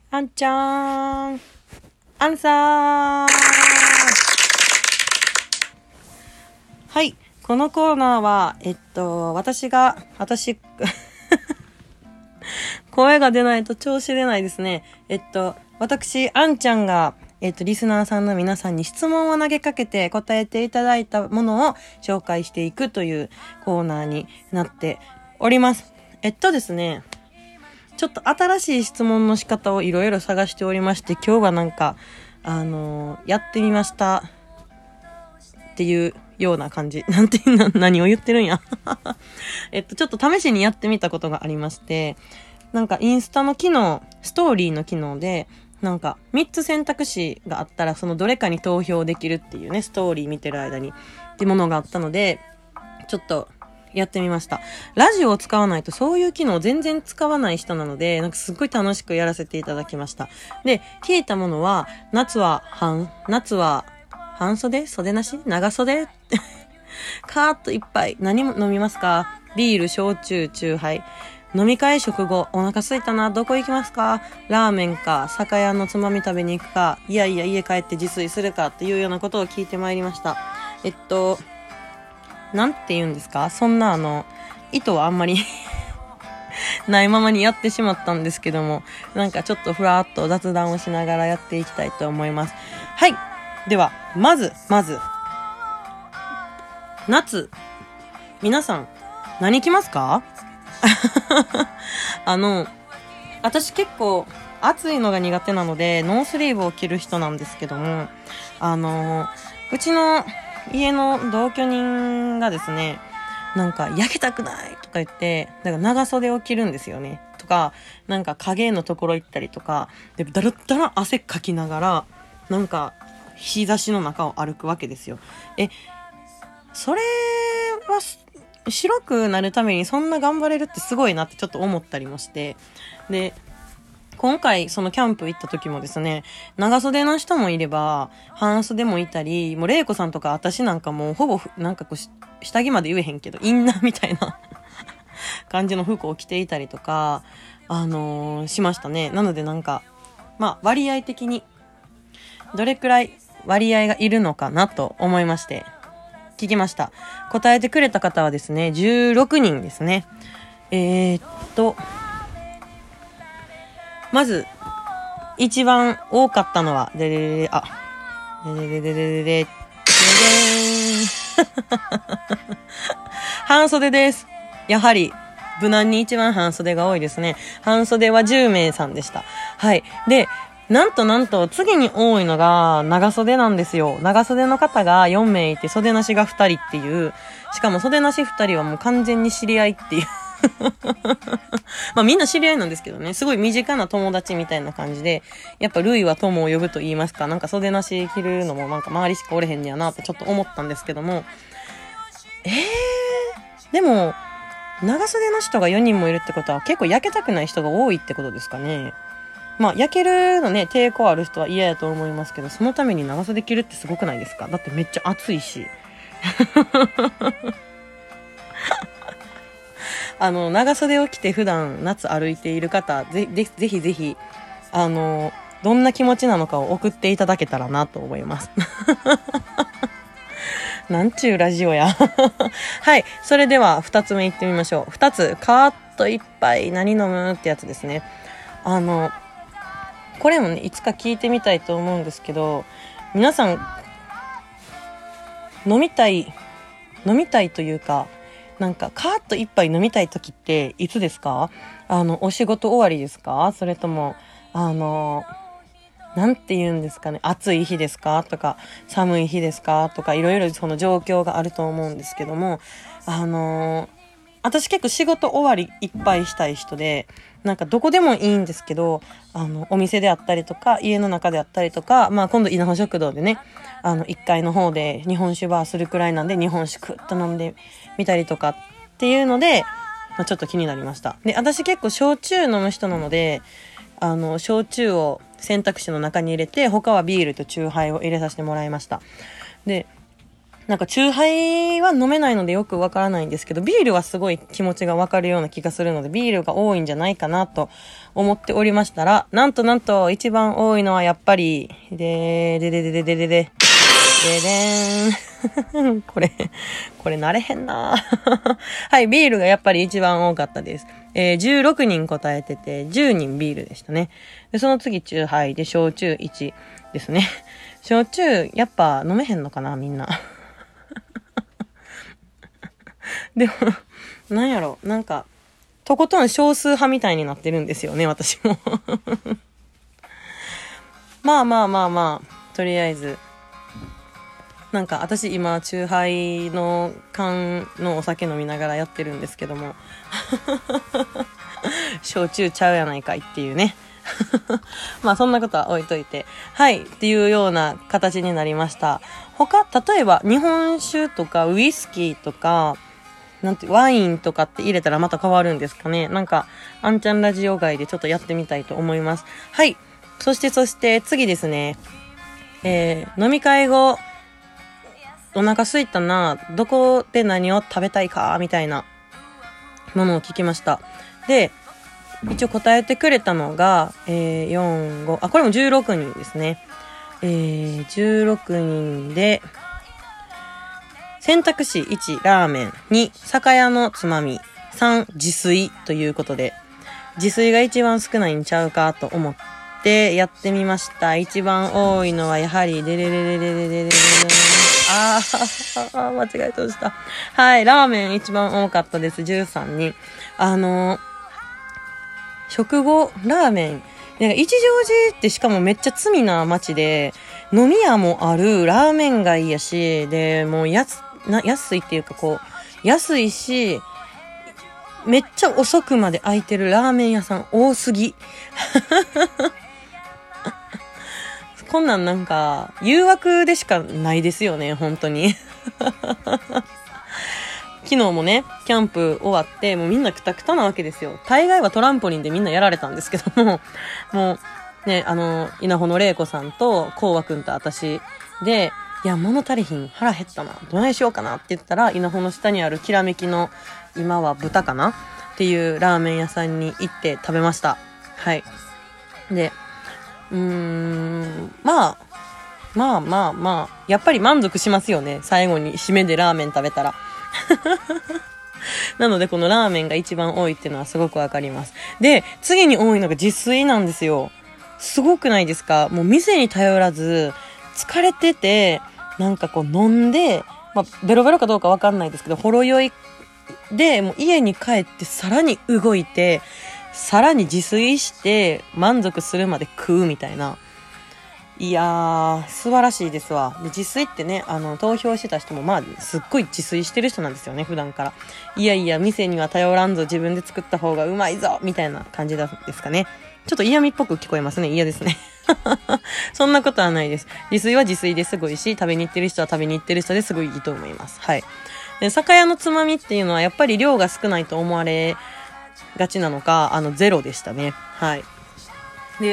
あんちゃーん。アンサー。はい。このコーナーは、声が出ないと調子出ないですね。私、あんちゃんが、リスナーさんの皆さんに質問を投げかけて答えていただいたものを紹介していくというコーナーになっております。ですね、ちょっと新しい質問の仕方をいろいろ探しておりまして、今日はなんか、やってみましたっていうような感じ。何を言ってるんや。ちょっと試しにやってみたことがありまして、なんかインスタの機能、ストーリーの機能で、なんか3つ選択肢があったらそのどれかに投票できるっていうね、ストーリー見てる間にっていうものがあったので、ちょっとやってみました。ラジオを使わないとそういう機能を全然使わない人なので、なんかすっごい楽しくやらせていただきました。で、聞いたものは、夏は半袖袖なし長袖カーッと一杯何も飲みますか？ビール、焼酎、酎ハイ。飲み会食後、お腹空いたな、どこ行きますか？ラーメンか、酒屋のつまみ食べに行くか、いやいや家帰って自炊するかっていうようなことを聞いてまいりました。なんて言うんですか？そんな意図はあんまりないままにやってしまったんですけども、なんかちょっとふらっと雑談をしながらやっていきたいと思います。はい。では、まず、夏。皆さん、何着ますか？私結構暑いのが苦手なのでノースリーブを着る人なんですけども、うちの家の同居人がですね、なんか焼けたくないとか言って、なんか長袖を着るんですよね。とか、なんか影のところ行ったりとか、でだらだら汗かきながら、なんか日差しの中を歩くわけですよ。それは白くなるためにそんな頑張れるってすごいなってちょっと思ったりもして。で、今回そのキャンプ行った時もですね、長袖の人もいれば、半袖もいたり、もう玲子さんとか私なんかもうほぼなんかこう下着まで言えへんけど、インナーみたいな感じの服を着ていたりとか、しましたね。なのでなんか、まあ割合的にどれくらい割合がいるのかなと思いまして、聞きました。答えてくれた方はですね、16人ですね。まず、一番多かったのは、半袖です。やはり、無難に一番半袖が多いですね。半袖は10名さんでした。はい。で、なんと次に多いのが長袖なんですよ。長袖の方が4名いて、袖なしが2人っていう、しかも袖なし2人はもう完全に知り合いっていうまあみんな知り合いなんですけどね、すごい身近な友達みたいな感じで、やっぱ類は友を呼ぶと言いますか、なんか袖なし着るのもなんか周りしかおれへんやなってちょっと思ったんですけども、でも長袖の人が4人もいるってことは結構焼けたくない人が多いってことですかね。まあ焼けるのね、抵抗ある人は嫌やと思いますけど、そのために長袖着るってすごくないですか？だってめっちゃ暑いし長袖を着て普段夏歩いている方、ぜひどんな気持ちなのかを送っていただけたらなと思いますなんちゅうラジオやはい、それでは2つ目いってみましょう。2つ、カーッと一杯何飲むってやつですね。これもね、いつか聞いてみたいと思うんですけど、皆さん飲みたいというか、なんかカーッと一杯飲みたい時っていつですか？お仕事終わりですか？それともなんて言うんですかね、暑い日ですかとか、寒い日ですかとか、いろいろその状況があると思うんですけども、私結構仕事終わりいっぱいしたい人で、なんかどこでもいいんですけど、お店であったりとか、家の中であったりとか、まあ今度稲穂食堂でね、1階の方で日本酒バーするくらいなんで、日本酒クッと飲んでみたりとかっていうので、まあ、ちょっと気になりました。で、私結構焼酎飲む人なので、焼酎を選択肢の中に入れて、他はビールと酎ハイを入れさせてもらいました。で、 なんか、チューハイは飲めないのでよくわからないんですけど、ビールはすごい気持ちがわかるような気がするので、ビールが多いんじゃないかなと思っておりましたら、なんと、一番多いのはやっぱり、ででーん。これ慣れへんなはい、ビールがやっぱり一番多かったです。16人答えてて、10人ビールでしたね。で、その次、チューハイで、焼酎1ですね。焼酎、やっぱ飲めへんのかな、みんな。でも、なんやろ、なんか、とことん少数派みたいになってるんですよね、私も。まあ、とりあえず。なんか、私今、チューハイの缶のお酒飲みながらやってるんですけども。焼酎ちゃうやないかいっていうね。まあそんなことは置いといて。はい。っていうような形になりました。他、例えば日本酒とかウイスキーとか、ワインとかって入れたらまた変わるんですかね。なんか、あんちゃんラジオ外でちょっとやってみたいと思います。はい。そして次ですね。飲み会後、お腹空いたな、どこで何を食べたいか、みたいなものを聞きました。で、一応答えてくれたのが、4、5、これも16人ですね。16人で、選択肢1、ラーメン。2、酒屋のつまみ。3、自炊ということで、自炊が一番少ないんちゃうかと思ってやってみました。一番多いのはやはり、間違えとした。はい、ラーメン一番多かったです。13人。食後、ラーメン。なんか一乗寺ってしかもめっちゃ罪な街で、飲み屋もある、ラーメン街やし、で、もう安いっていうか安いし、めっちゃ遅くまで開いてるラーメン屋さん多すぎ。こんなんなんか、誘惑でしかないですよね、本当に。昨日もね、キャンプ終わって、もうみんなクタクタなわけですよ。大概はトランポリンでみんなやられたんですけども、もう、ね、稲穂の玲子さんと、こうわくんと私で、いや、物足りひん、腹減ったな、どないしようかなって言ったら、稲穂の下にあるきらめきの、今は豚かなっていうラーメン屋さんに行って食べました。はい。で、まあ、やっぱり満足しますよね。最後に締めでラーメン食べたら。なのでこのラーメンが一番多いっていうのはすごくわかります。で、次に多いのが自炊なんですよ。すごくないですか？もう店に頼らず、疲れてて、なんか飲んで、ベロベロかどうかわかんないですけど、ほろ酔いで、もう家に帰ってさらに動いて、さらに自炊して満足するまで食うみたいな。いやー、素晴らしいですわ。で、自炊ってね、投票してた人もすっごい自炊してる人なんですよね、普段から。いや、店には頼らんぞ、自分で作った方がうまいぞ、みたいな感じですかね。ちょっと嫌味っぽく聞こえますね。嫌ですね。そんなことはないです。自炊は自炊ですごいし、食べに行ってる人は食べに行ってる人ですごいいいと思います。はい。で、酒屋のつまみっていうのはやっぱり量が少ないと思われがちなのか、ゼロでしたね。はい。で、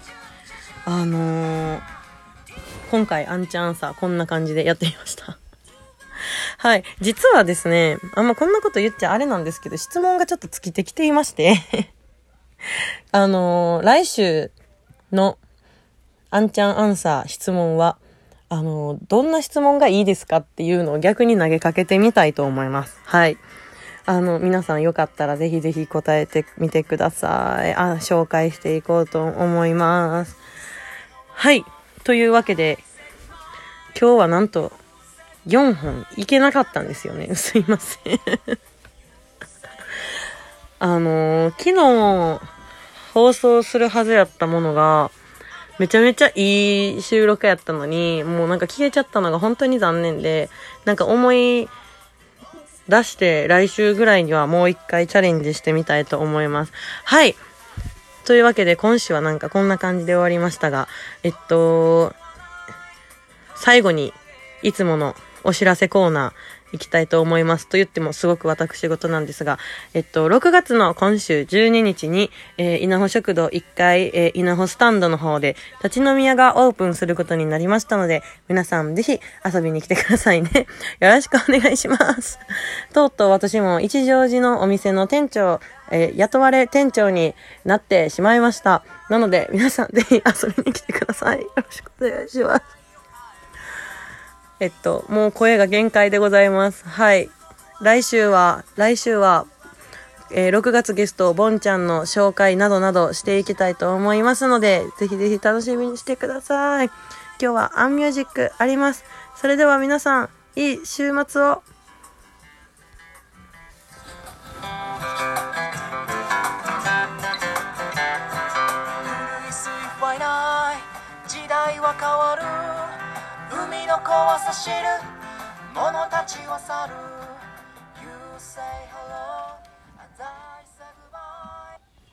今回アンチャンアンサーこんな感じでやってみました。はい。実はですね、こんなこと言っちゃあれなんですけど、質問がちょっと尽きてきていまして来週のアンチャンアンサー質問は、どんな質問がいいですかっていうのを逆に投げかけてみたいと思います。はい。皆さんよかったらぜひぜひ答えてみてください。紹介していこうと思います。はい。というわけで、今日はなんと4本いけなかったんですよね。すいません。昨日放送するはずやったものが、めちゃめちゃいい収録やったのに、もうなんか消えちゃったのが本当に残念で、なんか思い出して来週ぐらいにはもう一回チャレンジしてみたいと思います。はい。というわけで今週はなんかこんな感じで終わりましたが、最後にいつものお知らせコーナいきたいと思います。と言ってもすごく私事なんですが、6月の今週12日に、稲穂食堂1階、稲穂スタンドの方で立ち飲み屋がオープンすることになりましたので、皆さんぜひ遊びに来てくださいね。よろしくお願いします。とうとう私も一乗寺のお店の店長、雇われ店長になってしまいました。なので皆さんぜひ遊びに来てください。よろしくお願いします。もう声が限界でございます。はい。来週は、6月ゲスト、ボンちゃんの紹介などなどしていきたいと思いますので、ぜひぜひ楽しみにしてください。今日はアンミュージックあります。それでは皆さん、いい週末を。 時代は変わる、海の子は差しる者たちは去る。